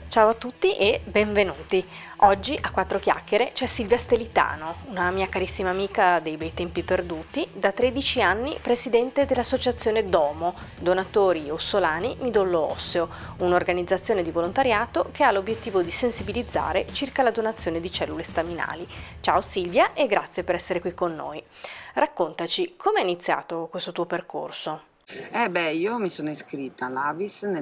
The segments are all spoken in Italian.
Ciao a tutti e benvenuti. Oggi a Quattro Chiacchiere c'è Silvia Stelitano, una mia carissima amica dei bei tempi perduti, da 13 anni presidente dell'associazione DOMO, Donatori Ossolani Midollo Osseo, un'organizzazione di volontariato che ha l'obiettivo di sensibilizzare circa la donazione di cellule staminali. Ciao Silvia e grazie per essere qui con noi. Raccontaci, come è iniziato questo tuo percorso? Io mi sono iscritta all'Avis nel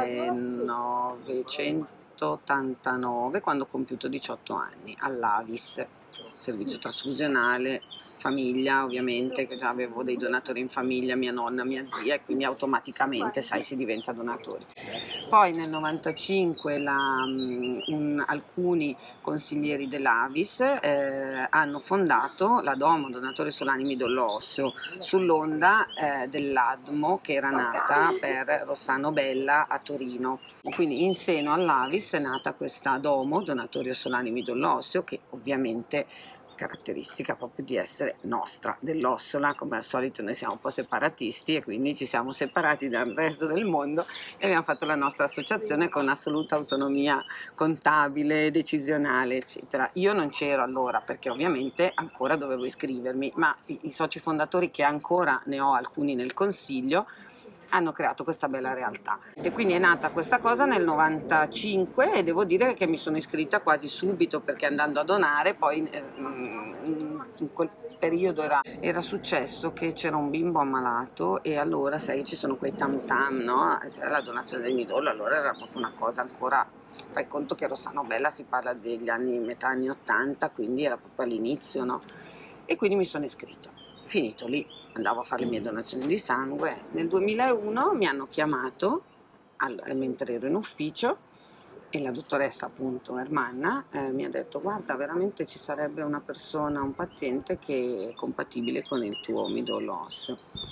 1989, quando ho compiuto 18 anni, all'Avis, servizio trasfusionale, famiglia ovviamente, che già avevo dei donatori in famiglia, mia nonna, mia zia, e quindi automaticamente, sai, si diventa donatori. Poi nel 95 alcuni consiglieri dell'Avis hanno fondato la Domo Donatori Solani Midollo Osseo, sull'onda dell'ADMO che era nata per Rossano Bella a Torino. Quindi in seno all'Avis è nata questa Domo Donatori Solani Midollo Osseo, che ovviamente caratteristica proprio di essere nostra, dell'Ossola. Come al solito noi siamo un po' separatisti e quindi ci siamo separati dal resto del mondo e abbiamo fatto la nostra associazione con assoluta autonomia contabile, decisionale, eccetera. Io non c'ero allora perché ovviamente ancora dovevo iscrivermi, ma i soci fondatori, che ancora ne ho alcuni nel consiglio, hanno creato questa bella realtà. E quindi è nata questa cosa nel 95 e devo dire che mi sono iscritta quasi subito, perché andando a donare poi in quel periodo era successo che c'era un bimbo ammalato e allora sai ci sono quei tam tam, no? C'era la donazione del midollo, allora era proprio una cosa ancora, fai conto che Rossano Bella si parla degli anni, metà anni 80, quindi era proprio all'inizio, no? E quindi mi sono iscritta. Finito lì, andavo a fare le mie donazioni di sangue. Nel 2001 mi hanno chiamato mentre ero in ufficio e la dottoressa, appunto, Ermanna, mi ha detto: guarda, veramente ci sarebbe una persona, un paziente che è compatibile con il tuo midollo osseo.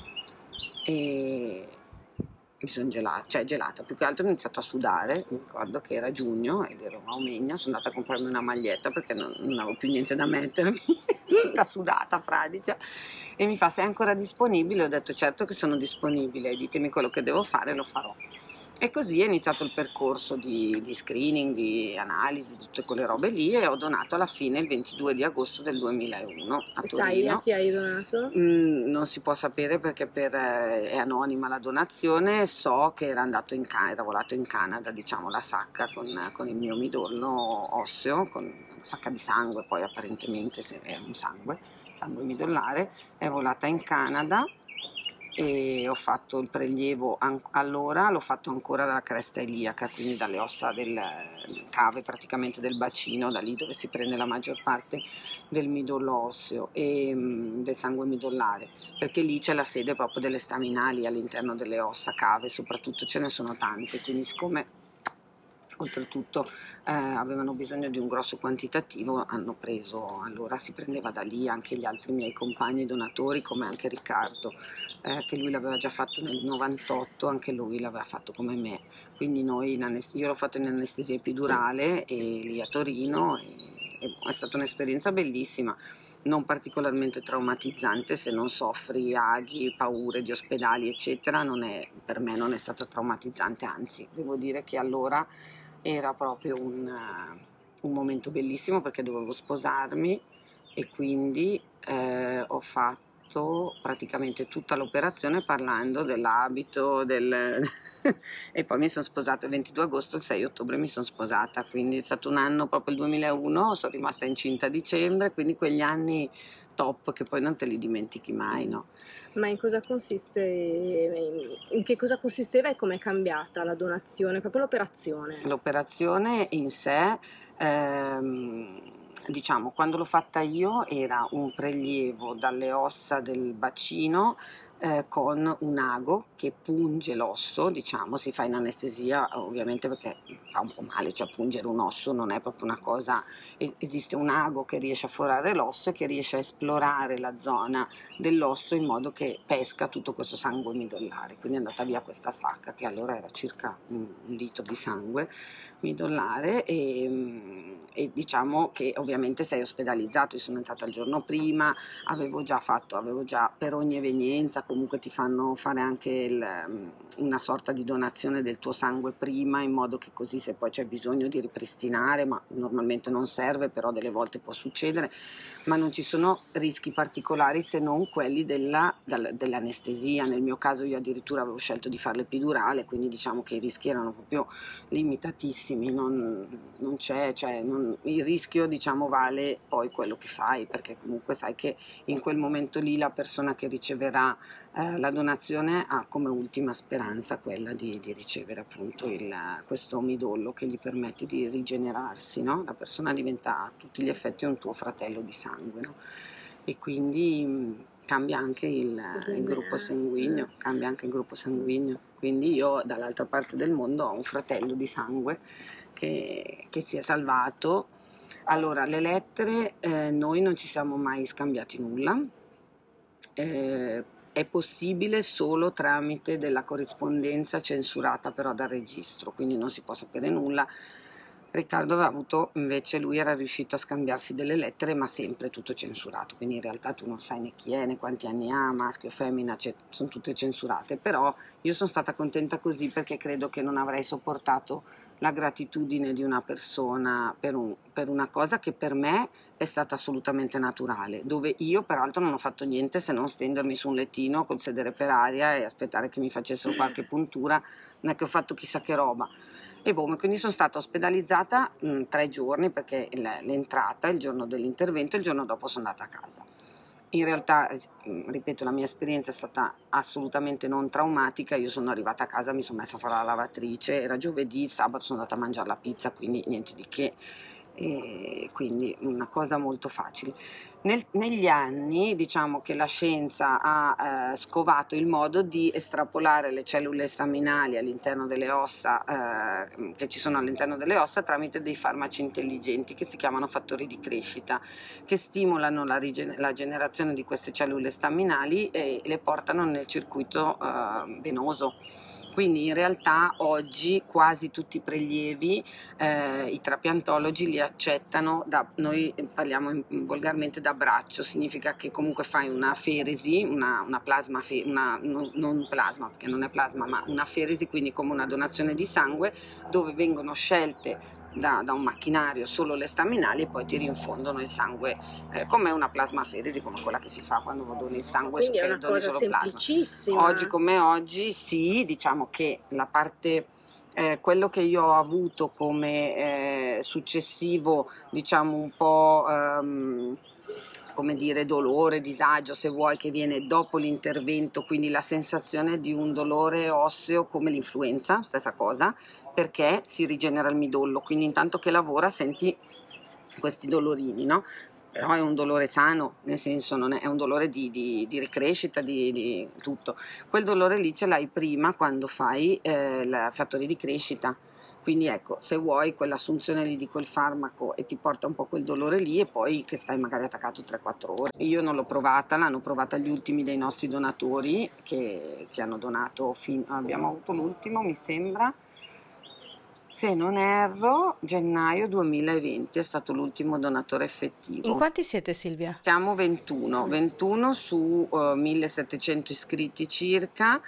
E mi sono gelata, più che altro ho iniziato a sudare. Mi ricordo che era giugno ed ero a Omegna, sono andata a comprarmi una maglietta perché non avevo più niente da mettermi, tutta sudata, fradicia, e mi fa: sei ancora disponibile? Ho detto: certo che sono disponibile, ditemi quello che devo fare, lo farò. E così è iniziato il percorso di screening, di analisi, tutte quelle robe lì, e ho donato alla fine il 22 di agosto del 2001 a Torino. Sai a chi hai donato? Non si può sapere perché è anonima la donazione. So che era volato in Canada, diciamo, la sacca con il mio midollo osseo, con una sacca di sangue, poi apparentemente se è un sangue midollare, è volata in Canada. E ho fatto il prelievo, allora l'ho fatto ancora dalla cresta iliaca, quindi dalle ossa del cave praticamente del bacino, da lì dove si prende la maggior parte del midollo osseo e del sangue midollare, perché lì c'è la sede proprio delle staminali all'interno delle ossa cave, soprattutto ce ne sono tante, quindi siccome oltretutto avevano bisogno di un grosso quantitativo, hanno preso, allora si prendeva da lì. Anche gli altri miei compagni donatori, come anche Riccardo, che lui l'aveva già fatto nel 98, anche lui l'aveva fatto come me, quindi io l'ho fatto in anestesia epidurale e lì a Torino, e è stata un'esperienza bellissima, non particolarmente traumatizzante. Se non soffri aghi, paure di ospedali eccetera, per me non è stata traumatizzante, anzi devo dire che allora era proprio un momento bellissimo, perché dovevo sposarmi e quindi ho fatto praticamente tutta l'operazione parlando dell'abito, e poi mi sono sposata il 22 agosto, il 6 ottobre mi sono sposata, quindi è stato un anno, proprio il 2001, sono rimasta incinta a dicembre, quindi quegli anni top che poi non te li dimentichi mai, no? Ma in cosa consiste, in che cosa consisteva e com'è cambiata la donazione, proprio l'operazione? L'operazione in sé, diciamo, quando l'ho fatta io era un prelievo dalle ossa del bacino con un ago che punge l'osso, diciamo, si fa in anestesia ovviamente perché fa un po' male, cioè pungere un osso non è proprio una cosa, esiste un ago che riesce a forare l'osso e che riesce a esplorare la zona dell'osso in modo che pesca tutto questo sangue midollare, quindi è andata via questa sacca che allora era circa un litro di sangue midollare e diciamo che ovviamente sei ospedalizzato. Io sono entrata il giorno prima, avevo già per ogni evenienza comunque ti fanno fare anche una sorta di donazione del tuo sangue prima, in modo che così se poi c'è bisogno di ripristinare, ma normalmente non serve, però delle volte può succedere, ma non ci sono rischi particolari se non quelli dell'anestesia. Nel mio caso io addirittura avevo scelto di fare l'epidurale, quindi diciamo che i rischi erano proprio limitatissimi, non c'è, il rischio diciamo vale poi quello che fai, perché comunque sai che in quel momento lì la persona che riceverà la donazione ha come ultima speranza quella di ricevere appunto questo midollo che gli permette di rigenerarsi, no? La persona diventa a tutti gli effetti un tuo fratello di sangue, no? E quindi cambia anche il gruppo sanguigno, quindi io dall'altra parte del mondo ho un fratello di sangue che si è salvato. Allora, le lettere, noi non ci siamo mai scambiati nulla, è possibile solo tramite della corrispondenza censurata però dal registro, quindi non si può sapere nulla. Riccardo aveva avuto, invece lui era riuscito a scambiarsi delle lettere, ma sempre tutto censurato, quindi in realtà tu non sai né chi è, né quanti anni ha, maschio o femmina, sono tutte censurate, però io sono stata contenta così perché credo che non avrei sopportato la gratitudine di una persona per una cosa che per me è stata assolutamente naturale, dove io peraltro non ho fatto niente se non stendermi su un lettino col sedere per aria e aspettare che mi facessero qualche puntura, non è che ho fatto chissà che roba. E quindi sono stata ospedalizzata 3 giorni, perché l'entrata, il giorno dell'intervento, e il giorno dopo sono andata a casa. In realtà, ripeto, la mia esperienza è stata assolutamente non traumatica. Io sono arrivata a casa, mi sono messa a fare la lavatrice, era giovedì, il sabato sono andata a mangiare la pizza, quindi niente di che, e quindi una cosa molto facile. Negli anni diciamo che la scienza ha scovato il modo di estrapolare le cellule staminali all'interno delle ossa, che ci sono all'interno delle ossa, tramite dei farmaci intelligenti che si chiamano fattori di crescita, che stimolano la generazione di queste cellule staminali e le portano nel circuito venoso. Quindi in realtà oggi quasi tutti i prelievi i trapiantologi li accettano noi parliamo volgarmente da braccio, significa che comunque fai una feresi, una plasma, non plasma perché non è plasma, ma una feresi, quindi come una donazione di sangue, dove vengono scelte da un macchinario solo le staminali e poi ti rinfondono il sangue come una plasmaferesi, come quella che si fa quando doni il sangue. Quindi è una cosa semplicissima. Oggi come oggi sì, diciamo che la parte quello che io ho avuto come successivo, diciamo un po' come dire dolore, disagio se vuoi, che viene dopo l'intervento, quindi la sensazione di un dolore osseo come l'influenza, stessa cosa, perché si rigenera il midollo, quindi intanto che lavora senti questi dolorini, no? Però è un dolore sano, nel senso non è un dolore di ricrescita, di tutto. Quel dolore lì ce l'hai prima quando fai i fattori di crescita. Quindi ecco, se vuoi quell'assunzione lì di quel farmaco e ti porta un po' quel dolore lì e poi che stai magari attaccato 3-4 ore. Io non l'ho provata, l'hanno provata gli ultimi dei nostri donatori che hanno donato, abbiamo avuto l'ultimo mi sembra, se non erro, gennaio 2020 è stato l'ultimo donatore effettivo. In quanti siete, Silvia? Siamo 21 su 1700 iscritti circa,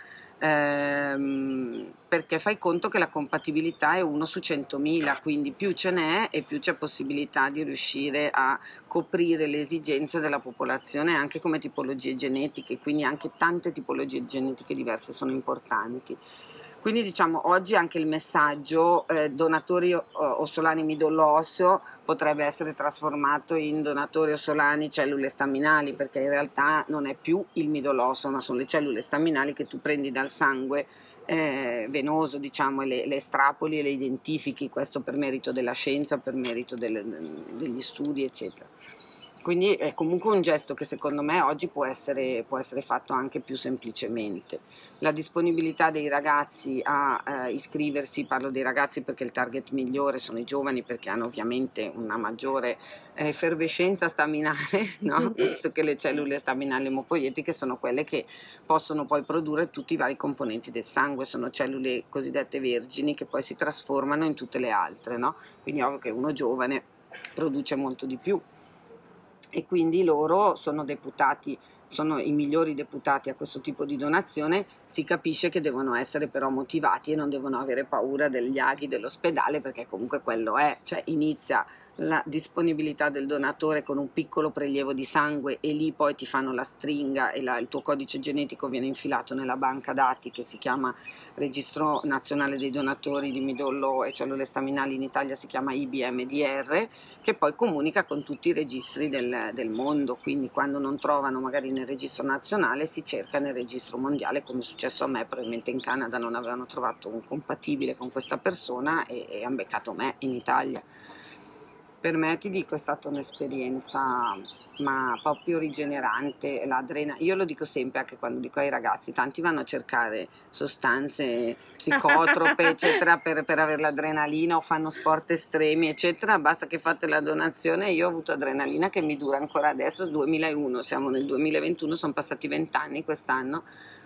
perché fai conto che la compatibilità è 1 su 100.000, quindi più ce n'è e più c'è possibilità di riuscire a coprire le esigenze della popolazione anche come tipologie genetiche, quindi anche tante tipologie genetiche diverse sono importanti. Quindi diciamo oggi anche il messaggio donatori ossolani midollo osseo potrebbe essere trasformato in donatori ossolani cellule staminali, perché in realtà non è più il midollo osseo, ma sono le cellule staminali che tu prendi dal sangue venoso, diciamo, e le estrapoli e le identifichi, questo per merito della scienza, per merito degli studi, eccetera. Quindi è comunque un gesto che secondo me oggi può essere fatto anche più semplicemente. La disponibilità dei ragazzi a iscriversi, parlo dei ragazzi perché il target migliore sono i giovani, perché hanno ovviamente una maggiore effervescenza staminale, no? Visto che le cellule staminali emopoietiche sono quelle che possono poi produrre tutti i vari componenti del sangue, sono cellule cosiddette vergini che poi si trasformano in tutte le altre, no? Quindi ovvio che uno giovane produce molto di più. E quindi loro sono deputati sono i migliori deputati a questo tipo di donazione, si capisce che devono essere però motivati e non devono avere paura degli aghi dell'ospedale, perché comunque quello è, cioè inizia la disponibilità del donatore con un piccolo prelievo di sangue e lì poi ti fanno la stringa e il tuo codice genetico viene infilato nella banca dati che si chiama Registro Nazionale dei Donatori di Midollo e Cellule Staminali, in Italia si chiama IBMDR, che poi comunica con tutti i registri del mondo, quindi quando non trovano magari nel registro nazionale si cerca nel registro mondiale, come è successo a me. Probabilmente in Canada non avevano trovato un compatibile con questa persona e hanno beccato me in Italia. Per me, ti dico, è stata un'esperienza ma proprio rigenerante, io lo dico sempre anche quando dico ai ragazzi, tanti vanno a cercare sostanze psicotrope eccetera per avere l'adrenalina o fanno sport estremi eccetera, basta che fate la donazione. Io ho avuto adrenalina che mi dura ancora adesso, 2001, siamo nel 2021, sono passati 20 anni quest'anno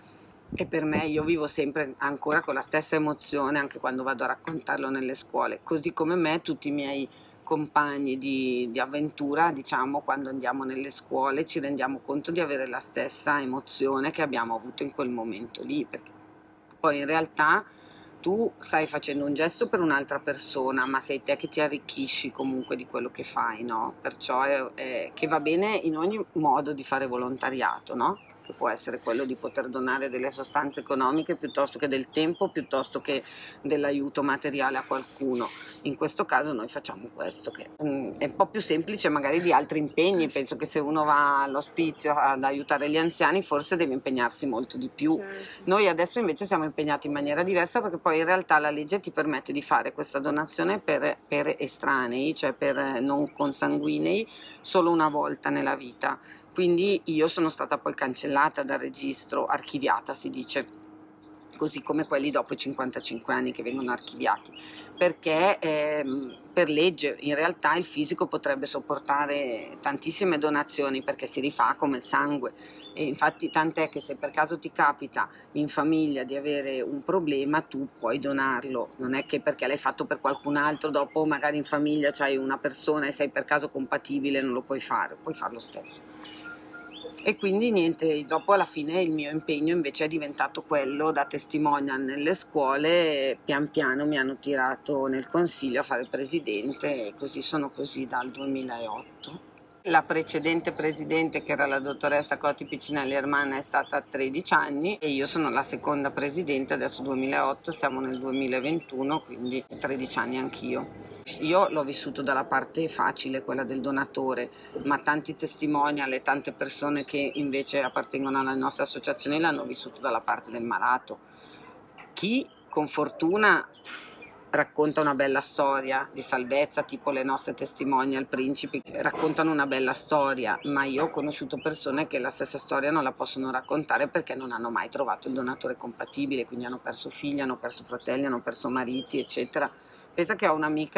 e per me io vivo sempre ancora con la stessa emozione anche quando vado a raccontarlo nelle scuole, così come me tutti i miei compagni di avventura, diciamo, quando andiamo nelle scuole ci rendiamo conto di avere la stessa emozione che abbiamo avuto in quel momento lì, perché poi in realtà tu stai facendo un gesto per un'altra persona, ma sei te che ti arricchisci comunque di quello che fai, no? Perciò che va bene in ogni modo di fare volontariato, no? Che può essere quello di poter donare delle sostanze economiche piuttosto che del tempo, piuttosto che dell'aiuto materiale a qualcuno. In questo caso noi facciamo questo, che è un po' più semplice magari di altri impegni. Penso che se uno va all'ospizio ad aiutare gli anziani forse deve impegnarsi molto di più. Certo. Noi adesso invece siamo impegnati in maniera diversa, perché poi in realtà la legge ti permette di fare questa donazione per estranei, cioè per non consanguinei, solo una volta nella vita. Quindi io sono stata poi cancellata dal registro, archiviata si dice, così come quelli dopo i 55 anni che vengono archiviati, perché per legge in realtà il fisico potrebbe sopportare tantissime donazioni perché si rifà come il sangue. E infatti tant'è che se per caso ti capita in famiglia di avere un problema tu puoi donarlo, non è che perché l'hai fatto per qualcun altro dopo magari in famiglia c'hai una persona e sei per caso compatibile non lo puoi fare, puoi farlo stesso. E quindi niente, dopo alla fine il mio impegno invece è diventato quello da testimonial nelle scuole, pian piano mi hanno tirato nel consiglio a fare il presidente e così sono così dal 2008. La precedente presidente, che era la dottoressa Coti Piccinelli Ermanna, è stata 13 anni e io sono la seconda presidente, adesso 2008, siamo nel 2021, quindi 13 anni anch'io. Io l'ho vissuto dalla parte facile, quella del donatore, ma tanti testimonial e tante persone che invece appartengono alla nostra associazione l'hanno vissuto dalla parte del malato. Chi con fortuna racconta una bella storia di salvezza, tipo le nostre testimonial principi raccontano una bella storia, ma io ho conosciuto persone che la stessa storia non la possono raccontare perché non hanno mai trovato il donatore compatibile, quindi hanno perso figli, hanno perso fratelli, hanno perso mariti, eccetera. Pensa che ho un'amica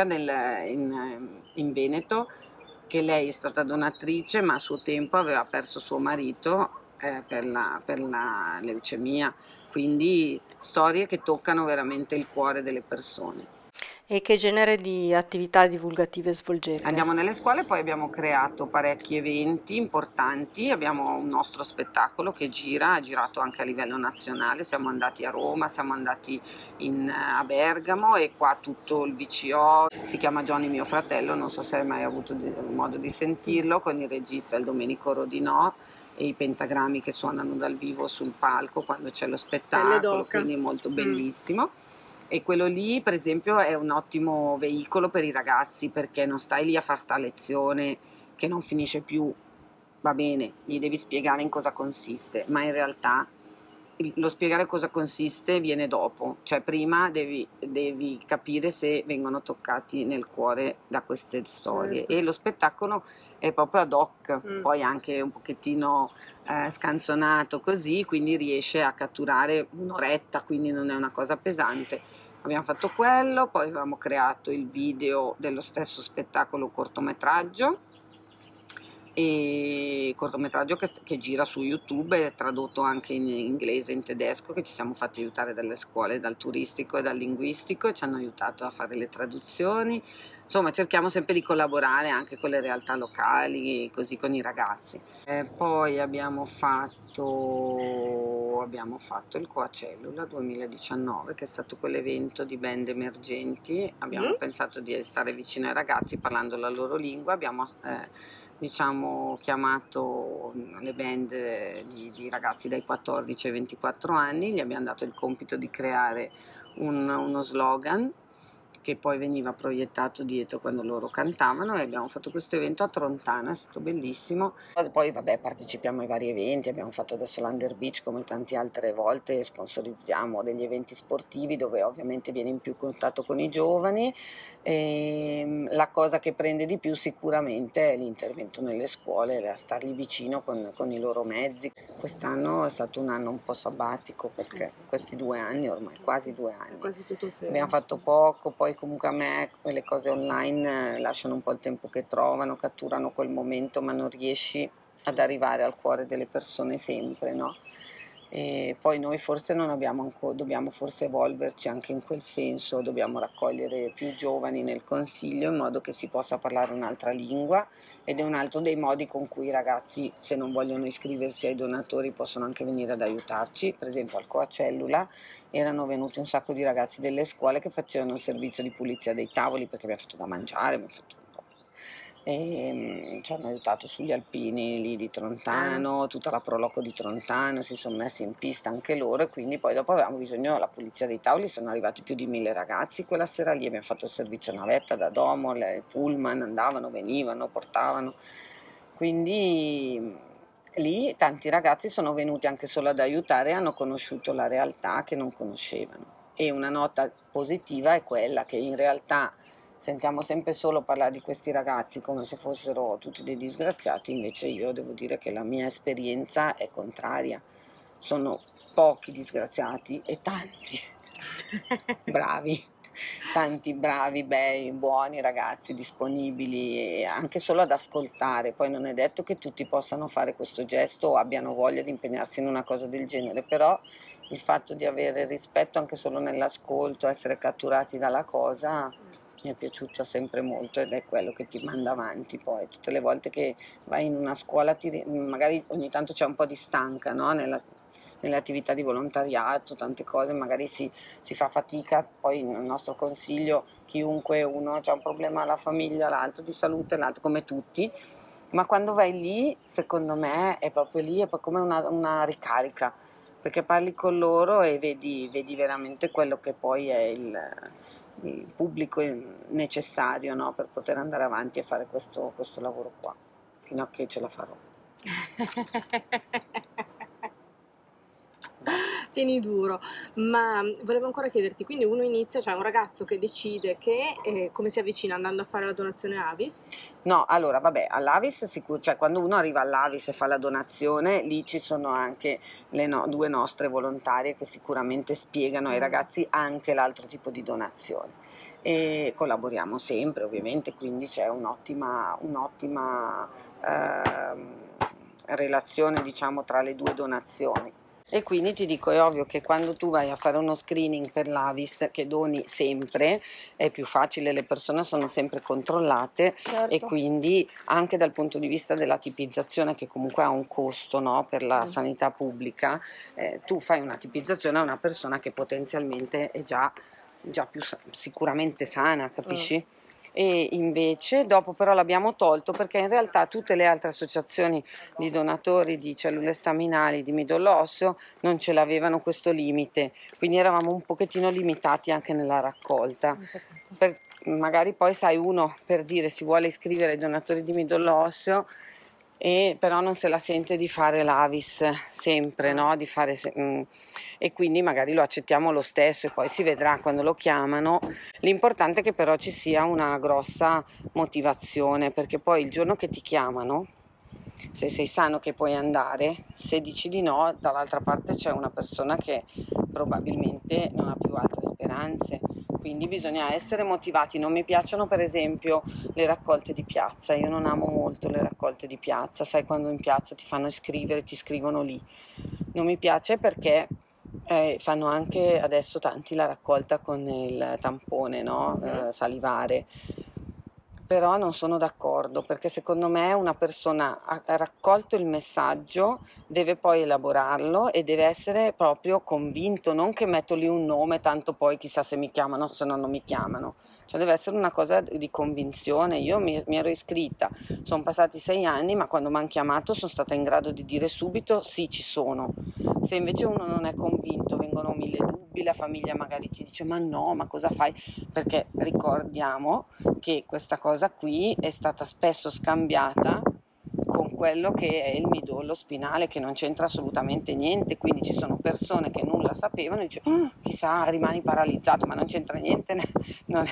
in Veneto che lei è stata donatrice, ma a suo tempo aveva perso suo marito per la leucemia, quindi storie che toccano veramente il cuore delle persone. E che genere di attività divulgative svolgete? Andiamo nelle scuole, poi abbiamo creato parecchi eventi importanti, abbiamo un nostro spettacolo che ha girato anche a livello nazionale, siamo andati a Roma, siamo andati a Bergamo e qua tutto il VCO, si chiama Johnny mio fratello, non so se hai mai avuto modo di sentirlo, con il regista il Domenico Rodinò e i pentagrammi che suonano dal vivo sul palco quando c'è lo spettacolo, quindi molto bellissimo. E quello lì per esempio è un ottimo veicolo per i ragazzi, perché non stai lì a far sta lezione che non finisce più, va bene, gli devi spiegare in cosa consiste, ma in realtà lo spiegare cosa consiste viene dopo, cioè prima devi capire se vengono toccati nel cuore da queste storie. Certo. E lo spettacolo è proprio ad hoc, poi anche un pochettino scanzonato così, quindi riesce a catturare un'oretta, quindi non è una cosa pesante. Abbiamo fatto quello, poi avevamo creato il video dello stesso spettacolo, cortometraggio, e cortometraggio che gira su YouTube, è tradotto anche in inglese e in tedesco, che ci siamo fatti aiutare dalle scuole, dal turistico e dal linguistico, e ci hanno aiutato a fare le traduzioni. Insomma, cerchiamo sempre di collaborare anche con le realtà locali, così con i ragazzi. Poi abbiamo fatto il Coacellula 2019, che è stato quell'evento di band emergenti. Abbiamo pensato di stare vicino ai ragazzi parlando la loro lingua. Abbiamo chiamato le band di ragazzi dai 14 ai 24 anni, gli abbiamo dato il compito di creare uno slogan che poi veniva proiettato dietro quando loro cantavano, e abbiamo fatto questo evento a Trontana, è stato bellissimo. Poi vabbè, partecipiamo ai vari eventi, abbiamo fatto adesso l'Under Beach come tante altre volte, sponsorizziamo degli eventi sportivi dove ovviamente vieni in più contatto con i giovani. La cosa che prende di più sicuramente è l'intervento nelle scuole, stargli vicino con i loro mezzi. Quest'anno è stato un anno un po' sabbatico, perché questi 2 anni, ormai quasi 2 anni, quasi tutto fermo. Abbiamo fatto poco, poi comunque a me quelle cose online lasciano un po' il tempo che trovano, catturano quel momento, ma non riesci ad arrivare al cuore delle persone sempre, no? E poi noi forse non abbiamo ancora, dobbiamo forse evolverci anche in quel senso, dobbiamo raccogliere più giovani nel consiglio in modo che si possa parlare un'altra lingua, ed è un altro dei modi con cui i ragazzi, se non vogliono iscriversi ai donatori, possono anche venire ad aiutarci. Per esempio al Coacellula erano venuti un sacco di ragazzi delle scuole che facevano il servizio di pulizia dei tavoli, perché abbiamo fatto da mangiare, abbiamo fatto e ci hanno aiutato sugli alpini lì di Trontano, tutta la Proloco di Trontano, si sono messi in pista anche loro, e quindi poi dopo avevamo bisogno della pulizia dei tavoli, sono arrivati più di 1000 ragazzi quella sera lì, abbiamo fatto il servizio navetta da Domo, le pullman andavano, venivano, portavano, quindi lì tanti ragazzi sono venuti anche solo ad aiutare e hanno conosciuto la realtà che non conoscevano. E una nota positiva è quella che in realtà sentiamo sempre solo parlare di questi ragazzi come se fossero tutti dei disgraziati, invece io devo dire che la mia esperienza è contraria. Sono pochi disgraziati e tanti bravi, tanti bravi, bei, buoni ragazzi, disponibili e anche solo ad ascoltare. Poi non è detto che tutti possano fare questo gesto o abbiano voglia di impegnarsi in una cosa del genere, però il fatto di avere rispetto anche solo nell'ascolto, essere catturati dalla cosa, mi è piaciuto sempre molto, ed è quello che ti manda avanti. Poi tutte le volte che vai in una scuola magari ogni tanto c'è un po' di stanca, no? Nelle attività di volontariato, tante cose, magari si fa fatica. Poi nel nostro consiglio chiunque, uno ha un problema alla famiglia, l'altro di salute, l'altro come tutti, ma quando vai lì secondo me è proprio lì, è come una ricarica, perché parli con loro e vedi veramente quello che poi è il pubblico necessario, no? Per poter andare avanti e fare questo lavoro qua, fino a che ce la farò. Tieni duro, ma volevo ancora chiederti, quindi uno inizia, cioè un ragazzo che decide che come si avvicina, andando a fare la donazione Avis? No, allora vabbè, all'Avis cioè quando uno arriva all'Avis e fa la donazione, lì ci sono anche due nostre volontarie che sicuramente spiegano ai ragazzi anche l'altro tipo di donazione, e collaboriamo sempre ovviamente, quindi c'è un'ottima relazione, diciamo, tra le due donazioni. E quindi ti dico, è ovvio che quando tu vai a fare uno screening per l'Avis, che doni sempre, è più facile, le persone sono sempre controllate, Certo. E quindi anche dal punto di vista della tipizzazione, che comunque ha un costo, no, per la sanità pubblica, tu fai una tipizzazione a una persona che potenzialmente è già più sicuramente sana, capisci? E invece dopo però l'abbiamo tolto, perché in realtà tutte le altre associazioni di donatori di cellule staminali, di midollo osseo, non ce l'avevano questo limite, quindi eravamo un pochettino limitati anche nella raccolta. Magari poi sai, uno per dire si vuole iscrivere ai donatori di midollo osseo, e però non se la sente di fare l'Avis sempre, no? Di fare e quindi magari lo accettiamo lo stesso, e poi si vedrà quando lo chiamano. L'importante è che però ci sia una grossa motivazione, perché poi il giorno che ti chiamano, se sei sano che puoi andare, se dici di no, dall'altra parte c'è una persona che probabilmente non ha più altre speranze, quindi bisogna essere motivati. Non mi piacciono per esempio le raccolte di piazza, io non amo molto le raccolte di piazza, sai quando in piazza ti fanno iscrivere, ti scrivono lì, non mi piace perché fanno anche adesso tanti la raccolta con il tampone, no? Salivare. Però non sono d'accordo, perché secondo me una persona ha raccolto il messaggio, deve poi elaborarlo e deve essere proprio convinto, non che metto lì un nome, tanto poi chissà se mi chiamano, se no non mi chiamano. Cioè deve essere una cosa di convinzione. Io mi ero iscritta, sono passati 6 anni, ma quando mi hanno chiamato sono stata in grado di dire subito sì, ci sono. Se invece uno non è convinto, vengono 1000 dubbi, la famiglia magari ti dice ma no, ma cosa fai? Perché ricordiamo che questa cosa qui è stata spesso scambiata con quello che è il midollo spinale, che non c'entra assolutamente niente, quindi ci sono persone che nulla sapevano e dicono chissà rimani paralizzato, ma non c'entra niente, non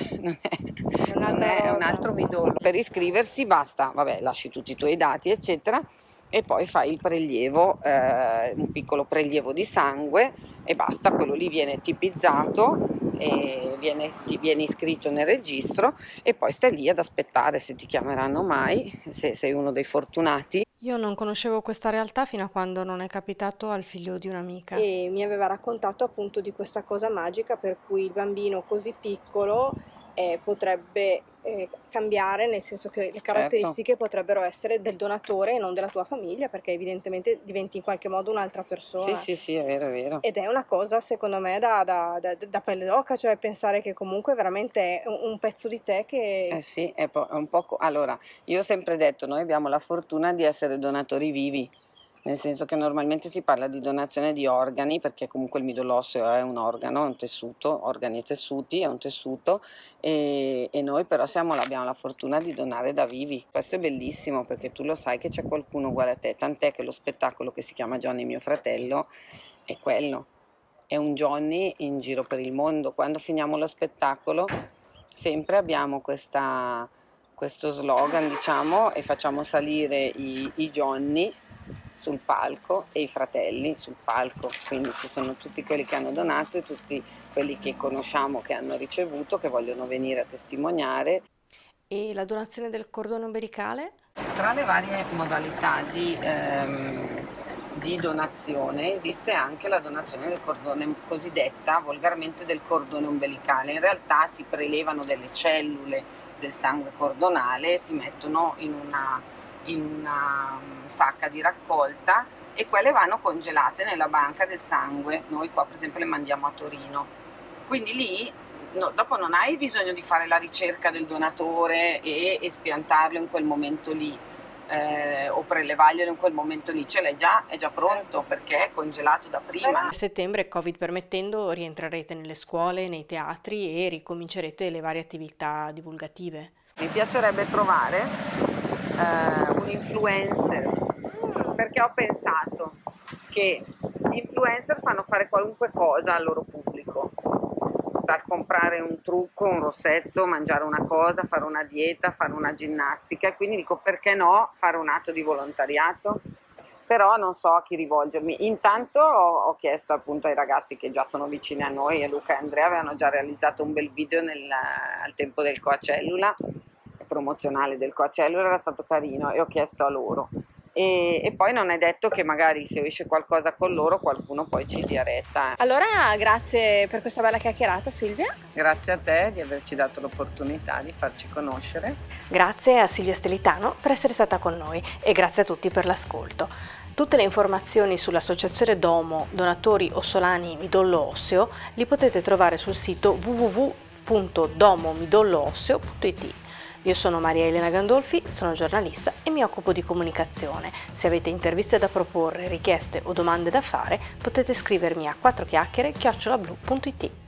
è un altro midollo. Per iscriversi basta, vabbè, lasci tutti i tuoi dati eccetera e poi fai il prelievo, un piccolo prelievo di sangue e basta, quello lì viene tipizzato e ti viene iscritto nel registro e poi stai lì ad aspettare se ti chiameranno mai, se sei uno dei fortunati. Io non conoscevo questa realtà fino a quando non è capitato al figlio di un'amica. E mi aveva raccontato appunto di questa cosa magica per cui il bambino così piccolo potrebbe cambiare, nel senso che le caratteristiche potrebbero essere del donatore e non della tua famiglia, perché evidentemente diventi in qualche modo un'altra persona. Sì, è vero, è vero. Ed è una cosa secondo me da pelle d'oca, cioè pensare che comunque veramente è un pezzo di te che... Sì, è un po'... Allora, io ho sempre detto, noi abbiamo la fortuna di essere donatori vivi, nel senso che normalmente si parla di donazione di organi, perché comunque il midollo osseo è un organo, è un tessuto, organi e tessuti, è un tessuto, e noi però abbiamo la fortuna di donare da vivi. Questo è bellissimo, perché tu lo sai che c'è qualcuno uguale a te, tant'è che lo spettacolo che si chiama Johnny mio fratello è quello, è un Johnny in giro per il mondo. Quando finiamo lo spettacolo sempre abbiamo questo slogan, diciamo, e facciamo salire i Johnny sul palco e i fratelli sul palco, quindi ci sono tutti quelli che hanno donato e tutti quelli che conosciamo che hanno ricevuto, che vogliono venire a testimoniare. E la donazione del cordone ombelicale? Tra le varie modalità di donazione esiste anche la donazione del cordone, cosiddetta volgarmente del cordone ombelicale. In realtà si prelevano delle cellule del sangue cordonale e si mettono in una sacca di raccolta e quelle vanno congelate nella banca del sangue. Noi qua per esempio le mandiamo a Torino, quindi lì dopo non hai bisogno di fare la ricerca del donatore e espiantarlo in quel momento lì o prelevarglielo in quel momento lì, ce l'hai già, è già pronto perché è congelato da prima. A settembre, Covid permettendo, rientrerete nelle scuole, nei teatri e ricomincerete le varie attività divulgative. Mi piacerebbe trovare un influencer, perché ho pensato che gli influencer fanno fare qualunque cosa al loro pubblico, dal comprare un trucco, un rossetto, mangiare una cosa, fare una dieta, fare una ginnastica, e quindi dico perché no fare un atto di volontariato, però non so a chi rivolgermi. Intanto ho chiesto appunto ai ragazzi che già sono vicini a noi, e Luca e Andrea avevano già realizzato un bel video al tempo del Coacellula, promozionale del Coacellula, era stato carino, e ho chiesto a loro. E poi non è detto che magari se esce qualcosa con loro qualcuno poi ci dia retta. Allora grazie per questa bella chiacchierata, Silvia. Grazie a te di averci dato l'opportunità di farci conoscere. Grazie a Silvia Stelitano per essere stata con noi e grazie a tutti per l'ascolto. Tutte le informazioni sull'associazione Domo Donatori Ossolani Midollo Osseo li potete trovare sul sito www.domomidollo-osseo.it. Io sono Maria Elena Gandolfi, sono giornalista e mi occupo di comunicazione. Se avete interviste da proporre, richieste o domande da fare, potete scrivermi a 4chiacchiere@blu.it.